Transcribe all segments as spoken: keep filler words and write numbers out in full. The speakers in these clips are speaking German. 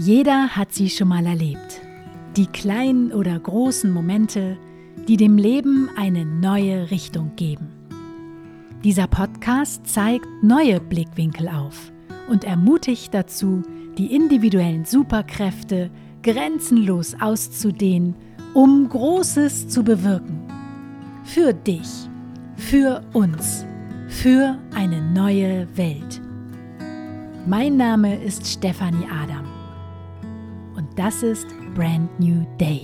Jeder hat sie schon mal erlebt. Die kleinen oder großen Momente, die dem Leben eine neue Richtung geben. Dieser Podcast zeigt neue Blickwinkel auf und ermutigt dazu, die individuellen Superkräfte grenzenlos auszudehnen, um Großes zu bewirken. Für dich, für uns, für eine neue Welt. Mein Name ist Stefanie Adam und das ist Brand New Day.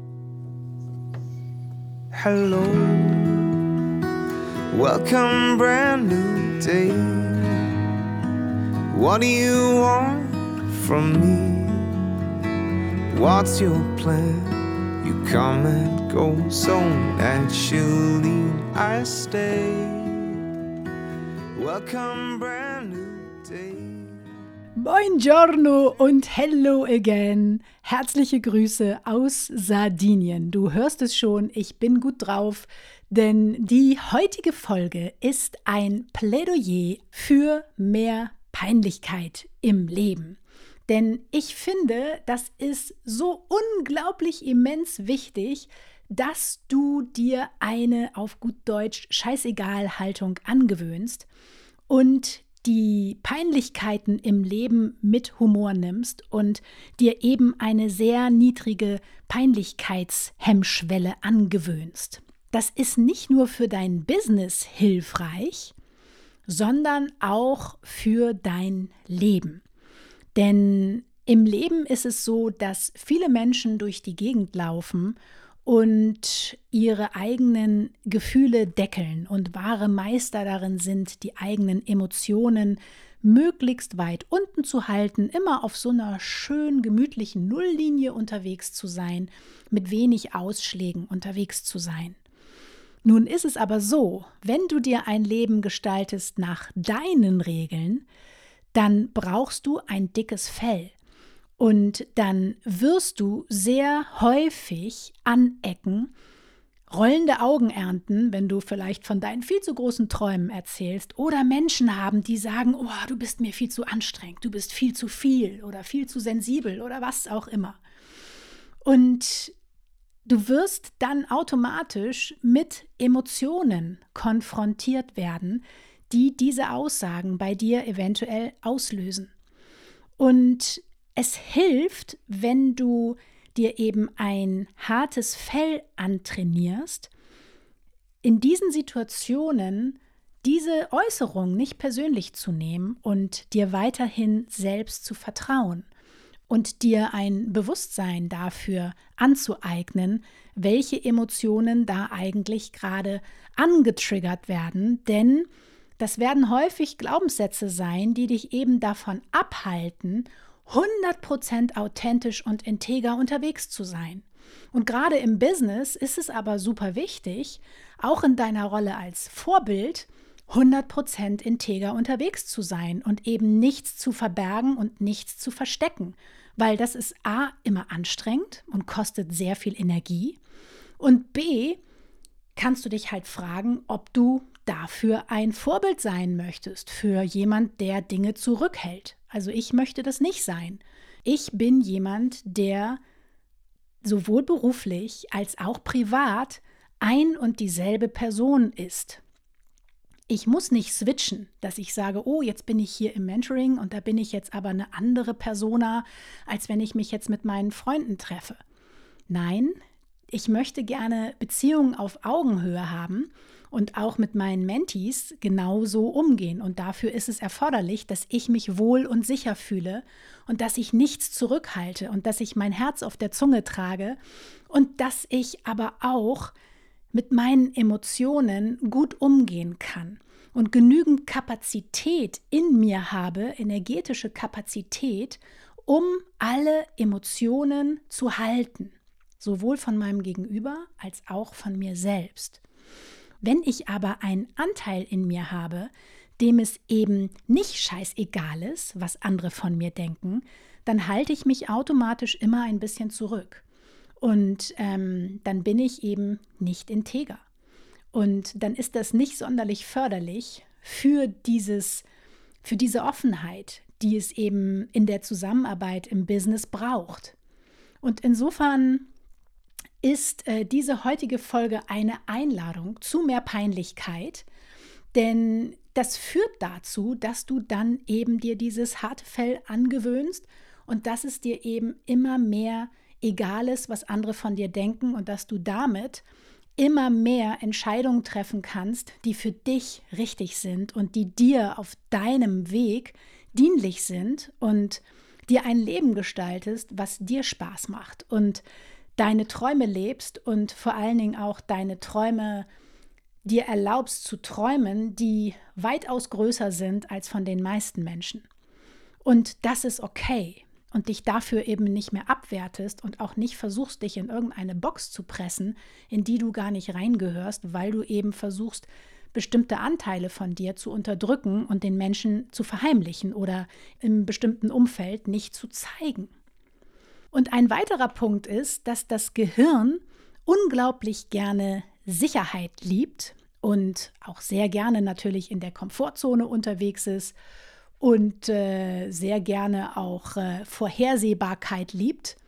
Hello, welcome brand new day. What do you want from me? What's your plan? You come and go, so naturally I stay. Welcome brand new day. Buongiorno und hello again. Herzliche Grüße aus Sardinien. Du hörst es schon, ich bin gut drauf, denn die heutige Folge ist ein Plädoyer für mehr Peinlichkeit im Leben. Denn ich finde, das ist so unglaublich immens wichtig, dass du dir eine auf gut Deutsch Scheißegal-Haltung angewöhnst und die Peinlichkeiten im Leben mit Humor nimmst und dir eben eine sehr niedrige Peinlichkeitshemmschwelle angewöhnst. Das ist nicht nur für dein Business hilfreich, sondern auch für dein Leben. Denn im Leben ist es so, dass viele Menschen durch die Gegend laufen und ihre eigenen Gefühle deckeln und wahre Meister darin sind, die eigenen Emotionen möglichst weit unten zu halten, immer auf so einer schön gemütlichen Nulllinie unterwegs zu sein, mit wenig Ausschlägen unterwegs zu sein. Nun ist es aber so, wenn du dir ein Leben gestaltest nach deinen Regeln, dann brauchst du ein dickes Fell. Und dann wirst du sehr häufig anecken, rollende Augen ernten, wenn du vielleicht von deinen viel zu großen Träumen erzählst, oder Menschen haben, die sagen, oh, du bist mir viel zu anstrengend, du bist viel zu viel oder viel zu sensibel oder was auch immer. Und du wirst dann automatisch mit Emotionen konfrontiert werden, die diese Aussagen bei dir eventuell auslösen. Und es hilft, wenn du dir eben ein hartes Fell antrainierst, in diesen Situationen diese Äußerung nicht persönlich zu nehmen und dir weiterhin selbst zu vertrauen und dir ein Bewusstsein dafür anzueignen, welche Emotionen da eigentlich gerade angetriggert werden, denn das werden häufig Glaubenssätze sein, die dich eben davon abhalten, hundert Prozent authentisch und integer unterwegs zu sein. Und gerade im Business ist es aber super wichtig, auch in deiner Rolle als Vorbild hundert Prozent integer unterwegs zu sein und eben nichts zu verbergen und nichts zu verstecken, weil das ist A, immer anstrengend und kostet sehr viel Energie und B, kannst du dich halt fragen, ob du dafür ein Vorbild sein möchtest, für jemand, der Dinge zurückhält. Also ich möchte das nicht sein. Ich bin jemand, der sowohl beruflich als auch privat ein und dieselbe Person ist. Ich muss nicht switchen, dass ich sage, oh, jetzt bin ich hier im Mentoring und da bin ich jetzt aber eine andere Persona, als wenn ich mich jetzt mit meinen Freunden treffe. Nein, ich möchte gerne Beziehungen auf Augenhöhe haben und auch mit meinen Mentees genauso umgehen. Und dafür ist es erforderlich, dass ich mich wohl und sicher fühle und dass ich nichts zurückhalte und dass ich mein Herz auf der Zunge trage und dass ich aber auch mit meinen Emotionen gut umgehen kann und genügend Kapazität in mir habe, energetische Kapazität, um alle Emotionen zu halten. Sowohl von meinem Gegenüber als auch von mir selbst. Wenn ich aber einen Anteil in mir habe, dem es eben nicht scheißegal ist, was andere von mir denken, dann halte ich mich automatisch immer ein bisschen zurück. Und ähm, dann bin ich eben nicht integer. Und dann ist das nicht sonderlich förderlich für dieses, für diese Offenheit, die es eben in der Zusammenarbeit im Business braucht. Und insofern ist äh, diese heutige Folge eine Einladung zu mehr Peinlichkeit, denn das führt dazu, dass du dann eben dir dieses harte Fell angewöhnst und dass es dir eben immer mehr egal ist, was andere von dir denken und dass du damit immer mehr Entscheidungen treffen kannst, die für dich richtig sind und die dir auf deinem Weg dienlich sind und dir ein Leben gestaltest, was dir Spaß macht und deine Träume lebst und vor allen Dingen auch deine Träume dir erlaubst zu träumen, die weitaus größer sind als von den meisten Menschen. Und das ist okay. Und dich dafür eben nicht mehr abwertest und auch nicht versuchst, dich in irgendeine Box zu pressen, in die du gar nicht reingehörst, weil du eben versuchst, bestimmte Anteile von dir zu unterdrücken und den Menschen zu verheimlichen oder im bestimmten Umfeld nicht zu zeigen. Und ein weiterer Punkt ist, dass das Gehirn unglaublich gerne Sicherheit liebt und auch sehr gerne natürlich in der Komfortzone unterwegs ist und äh, sehr gerne auch äh, Vorhersehbarkeit liebt.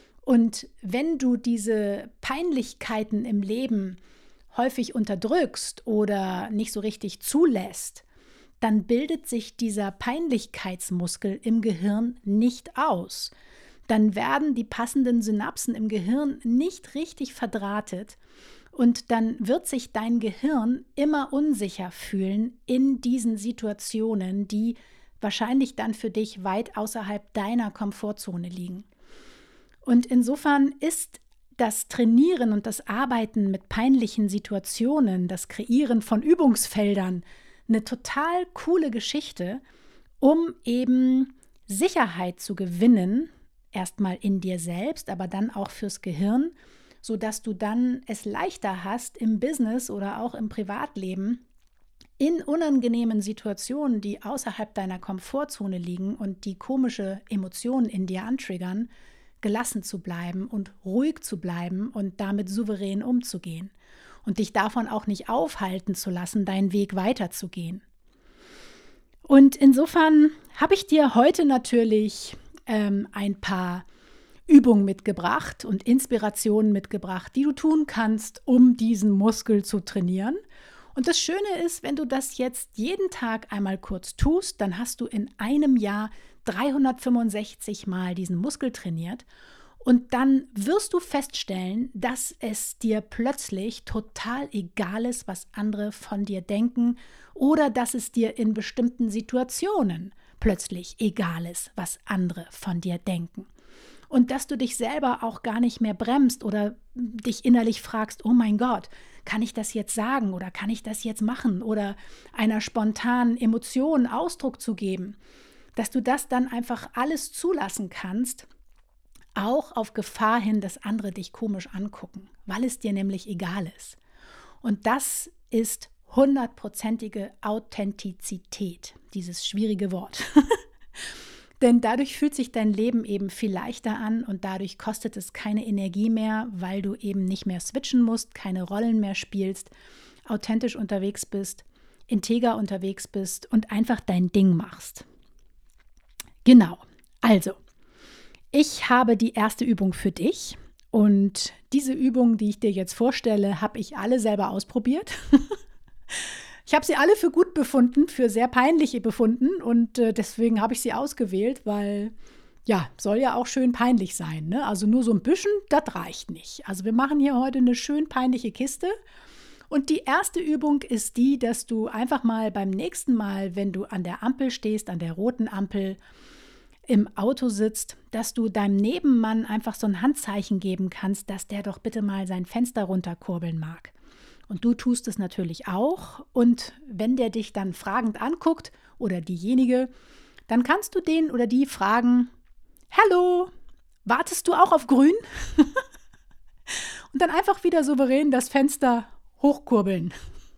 Und wenn du diese Peinlichkeiten im Leben häufig unterdrückst oder nicht so richtig zulässt, dann bildet sich dieser Peinlichkeitsmuskel im Gehirn nicht aus. Dann werden die passenden Synapsen im Gehirn nicht richtig verdrahtet und dann wird sich dein Gehirn immer unsicher fühlen in diesen Situationen, die wahrscheinlich dann für dich weit außerhalb deiner Komfortzone liegen. Und insofern ist das Trainieren und das Arbeiten mit peinlichen Situationen, das Kreieren von Übungsfeldern eine total coole Geschichte, um eben Sicherheit zu gewinnen, erstmal in dir selbst, aber dann auch fürs Gehirn, sodass du dann es leichter hast im Business oder auch im Privatleben, in unangenehmen Situationen, die außerhalb deiner Komfortzone liegen und die komische Emotionen in dir antriggern, gelassen zu bleiben und ruhig zu bleiben und damit souverän umzugehen und dich davon auch nicht aufhalten zu lassen, deinen Weg weiterzugehen. Und insofern habe ich dir heute natürlich ähm, ein paar Übungen mitgebracht und Inspirationen mitgebracht, die du tun kannst, um diesen Muskel zu trainieren. Und das Schöne ist, wenn du das jetzt jeden Tag einmal kurz tust, dann hast du in einem Jahr dreihundertfünfundsechzig Mal diesen Muskel trainiert und dann wirst du feststellen, dass es dir plötzlich total egal ist, was andere von dir denken oder dass es dir in bestimmten Situationen plötzlich egal ist, was andere von dir denken. Und dass du dich selber auch gar nicht mehr bremst oder dich innerlich fragst, oh mein Gott, kann ich das jetzt sagen oder kann ich das jetzt machen oder einer spontanen Emotion Ausdruck zu geben, dass du das dann einfach alles zulassen kannst, auch auf Gefahr hin, dass andere dich komisch angucken, weil es dir nämlich egal ist. Und das ist hundertprozentige Authentizität, dieses schwierige Wort. Denn dadurch fühlt sich dein Leben eben viel leichter an und dadurch kostet es keine Energie mehr, weil du eben nicht mehr switchen musst, keine Rollen mehr spielst, authentisch unterwegs bist, integer unterwegs bist und einfach dein Ding machst. Genau, also, ich habe die erste Übung für dich und diese Übungen, die ich dir jetzt vorstelle, habe ich alle selber ausprobiert. Ich habe sie alle für gut befunden, für sehr peinliche befunden und äh, deswegen habe ich sie ausgewählt, weil, ja, soll ja auch schön peinlich sein, ne? Also nur so ein bisschen, das reicht nicht. Also wir machen hier heute eine schön peinliche Kiste und die erste Übung ist die, dass du einfach mal beim nächsten Mal, wenn du an der Ampel stehst, an der roten Ampel, im Auto sitzt, dass du deinem Nebenmann einfach so ein Handzeichen geben kannst, dass der doch bitte mal sein Fenster runterkurbeln mag. Und du tust es natürlich auch. Und wenn der dich dann fragend anguckt oder diejenige, dann kannst du den oder die fragen, hallo, wartest du auch auf grün? Und dann einfach wieder souverän das Fenster hochkurbeln.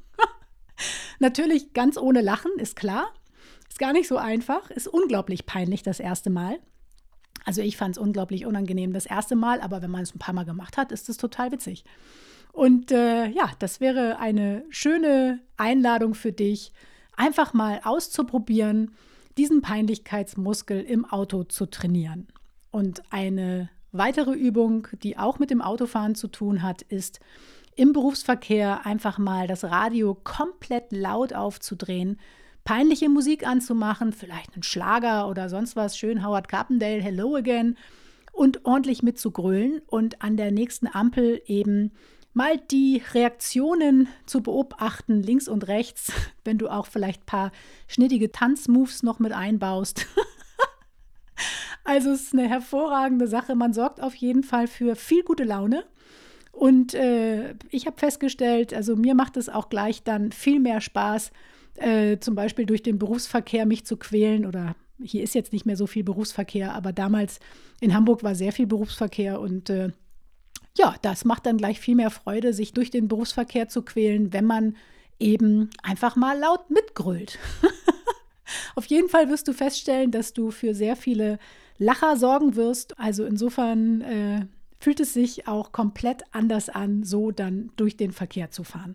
Natürlich ganz ohne Lachen, ist klar. Ist gar nicht so einfach. Ist unglaublich peinlich das erste Mal. Also ich fand es unglaublich unangenehm das erste Mal, aber wenn man es ein paar Mal gemacht hat, ist es total witzig. Und äh, ja, das wäre eine schöne Einladung für dich, einfach mal auszuprobieren, diesen Peinlichkeitsmuskel im Auto zu trainieren. Und eine weitere Übung, die auch mit dem Autofahren zu tun hat, ist im Berufsverkehr einfach mal das Radio komplett laut aufzudrehen, peinliche Musik anzumachen, vielleicht einen Schlager oder sonst was, schön Howard Carpendale, Hello Again, und ordentlich mitzugrölen und an der nächsten Ampel eben mal die Reaktionen zu beobachten, links und rechts, wenn du auch vielleicht ein paar schnittige Tanzmoves noch mit einbaust. Also es ist eine hervorragende Sache. Man sorgt auf jeden Fall für viel gute Laune. Und äh, ich habe festgestellt, also mir macht es auch gleich dann viel mehr Spaß, äh, zum Beispiel durch den Berufsverkehr mich zu quälen. Oder hier ist jetzt nicht mehr so viel Berufsverkehr, aber damals in Hamburg war sehr viel Berufsverkehr. Und äh, ja, das macht dann gleich viel mehr Freude, sich durch den Berufsverkehr zu quälen, wenn man eben einfach mal laut mitgrölt. Auf jeden Fall wirst du feststellen, dass du für sehr viele Lacher sorgen wirst. Also insofern äh, fühlt es sich auch komplett anders an, so dann durch den Verkehr zu fahren.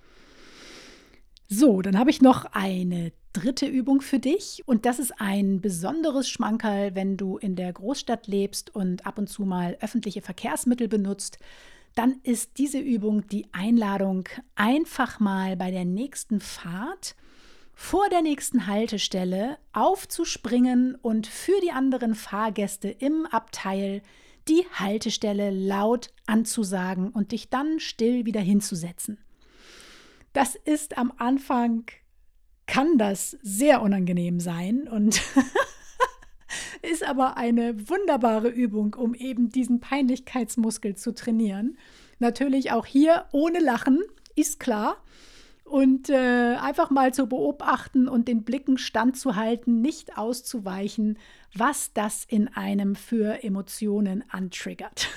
So, dann habe ich noch eine dritte Übung für dich. Und das ist ein besonderes Schmankerl, wenn du in der Großstadt lebst und ab und zu mal öffentliche Verkehrsmittel benutzt. Dann ist diese Übung die Einladung, einfach mal bei der nächsten Fahrt vor der nächsten Haltestelle aufzuspringen und für die anderen Fahrgäste im Abteil die Haltestelle laut anzusagen und dich dann still wieder hinzusetzen. Das ist am Anfang, kann das sehr unangenehm sein und ist aber eine wunderbare Übung, um eben diesen Peinlichkeitsmuskel zu trainieren. Natürlich auch hier ohne Lachen, ist klar. Und äh, einfach mal zu beobachten und den Blicken standzuhalten, nicht auszuweichen, was das in einem für Emotionen antriggert.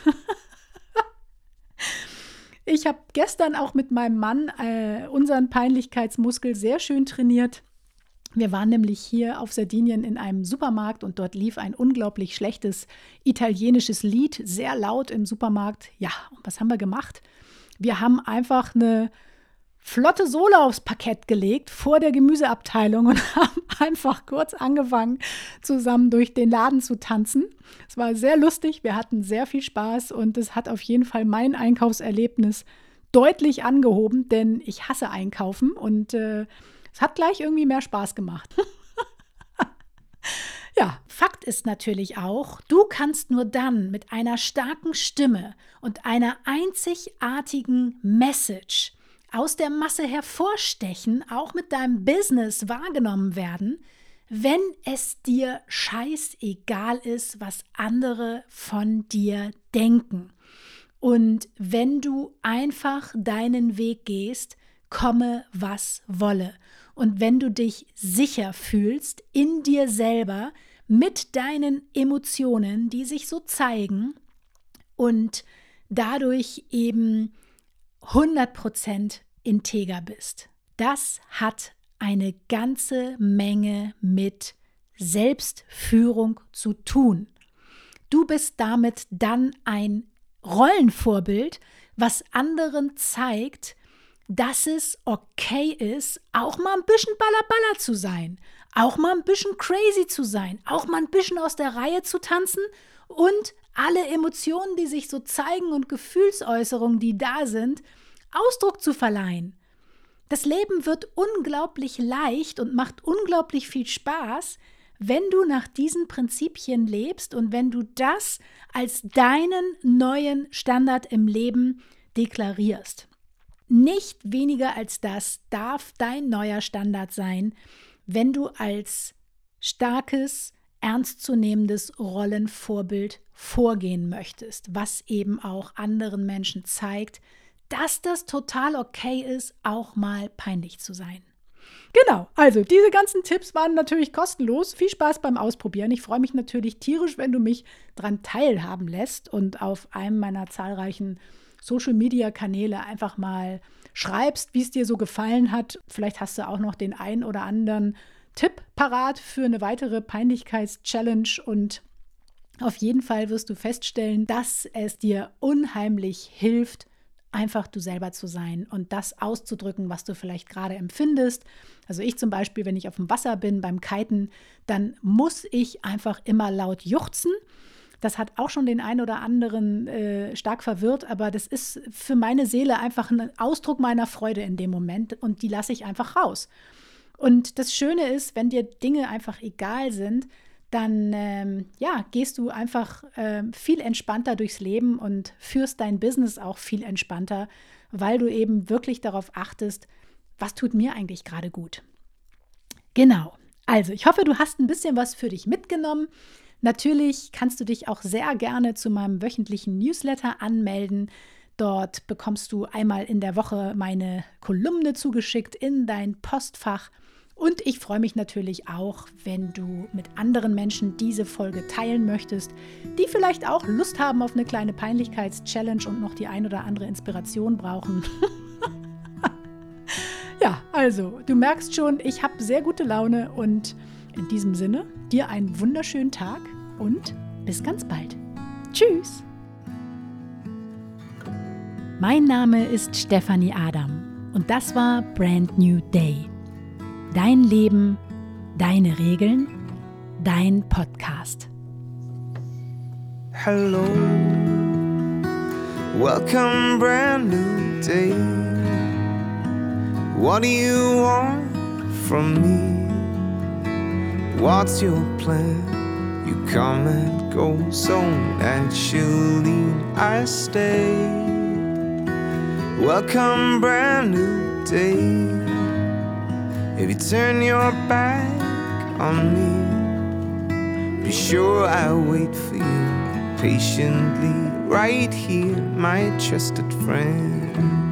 Ich habe gestern auch mit meinem Mann äh, unseren Peinlichkeitsmuskel sehr schön trainiert. Wir waren nämlich hier auf Sardinien in einem Supermarkt und dort lief ein unglaublich schlechtes italienisches Lied, sehr laut im Supermarkt. Ja, und was haben wir gemacht? Wir haben einfach eine flotte Sohle aufs Parkett gelegt vor der Gemüseabteilung und haben einfach kurz angefangen, zusammen durch den Laden zu tanzen. Es war sehr lustig, wir hatten sehr viel Spaß und es hat auf jeden Fall mein Einkaufserlebnis deutlich angehoben, denn ich hasse Einkaufen und äh, es hat gleich irgendwie mehr Spaß gemacht. Ja, Fakt ist natürlich auch, du kannst nur dann mit einer starken Stimme und einer einzigartigen Message aus der Masse hervorstechen, auch mit deinem Business wahrgenommen werden, wenn es dir scheißegal ist, was andere von dir denken. Und wenn du einfach deinen Weg gehst, komme was wolle. Und wenn du dich sicher fühlst in dir selber mit deinen Emotionen, die sich so zeigen und dadurch eben hundert Prozent integer bist. Das hat eine ganze Menge mit Selbstführung zu tun. Du bist damit dann ein Rollenvorbild, was anderen zeigt, dass es okay ist, auch mal ein bisschen ballerballer zu sein, auch mal ein bisschen crazy zu sein, auch mal ein bisschen aus der Reihe zu tanzen und alle Emotionen, die sich so zeigen und Gefühlsäußerungen, die da sind, Ausdruck zu verleihen. Das Leben wird unglaublich leicht und macht unglaublich viel Spaß, wenn du nach diesen Prinzipien lebst und wenn du das als deinen neuen Standard im Leben deklarierst. Nicht weniger als das darf dein neuer Standard sein, wenn du als starkes, ernstzunehmendes Rollenvorbild vorgehen möchtest, was eben auch anderen Menschen zeigt, dass das total okay ist, auch mal peinlich zu sein. Genau, also diese ganzen Tipps waren natürlich kostenlos. Viel Spaß beim Ausprobieren. Ich freue mich natürlich tierisch, wenn du mich daran teilhaben lässt und auf einem meiner zahlreichen Social-Media-Kanäle einfach mal schreibst, wie es dir so gefallen hat. Vielleicht hast du auch noch den einen oder anderen Tipp parat für eine weitere Peinlichkeits-Challenge und auf jeden Fall wirst du feststellen, dass es dir unheimlich hilft, einfach du selber zu sein und das auszudrücken, was du vielleicht gerade empfindest. Also ich zum Beispiel, wenn ich auf dem Wasser bin beim Kiten, dann muss ich einfach immer laut juchzen. Das hat auch schon den einen oder anderen äh, stark verwirrt, aber das ist für meine Seele einfach ein Ausdruck meiner Freude in dem Moment und die lasse ich einfach raus. Und das Schöne ist, wenn dir Dinge einfach egal sind, dann ähm, ja, gehst du einfach äh, viel entspannter durchs Leben und führst dein Business auch viel entspannter, weil du eben wirklich darauf achtest, was tut mir eigentlich gerade gut. Genau, also ich hoffe, du hast ein bisschen was für dich mitgenommen. Natürlich kannst du dich auch sehr gerne zu meinem wöchentlichen Newsletter anmelden. Dort bekommst du einmal in der Woche meine Kolumne zugeschickt in dein Postfach. Und ich freue mich natürlich auch, wenn du mit anderen Menschen diese Folge teilen möchtest, die vielleicht auch Lust haben auf eine kleine Peinlichkeits-Challenge und noch die ein oder andere Inspiration brauchen. Ja, also, du merkst schon, ich habe sehr gute Laune und in diesem Sinne, dir einen wunderschönen Tag und bis ganz bald. Tschüss! Mein Name ist Stefanie Adam und das war Brand New Day. Dein Leben, deine Regeln, dein Podcast. Hello, welcome, brand new day. What do you want from me? What's your plan? You come and go, so naturally I stay. Welcome, brand new day. If you turn your back on me, be sure I'll wait for you patiently right here, my trusted friend.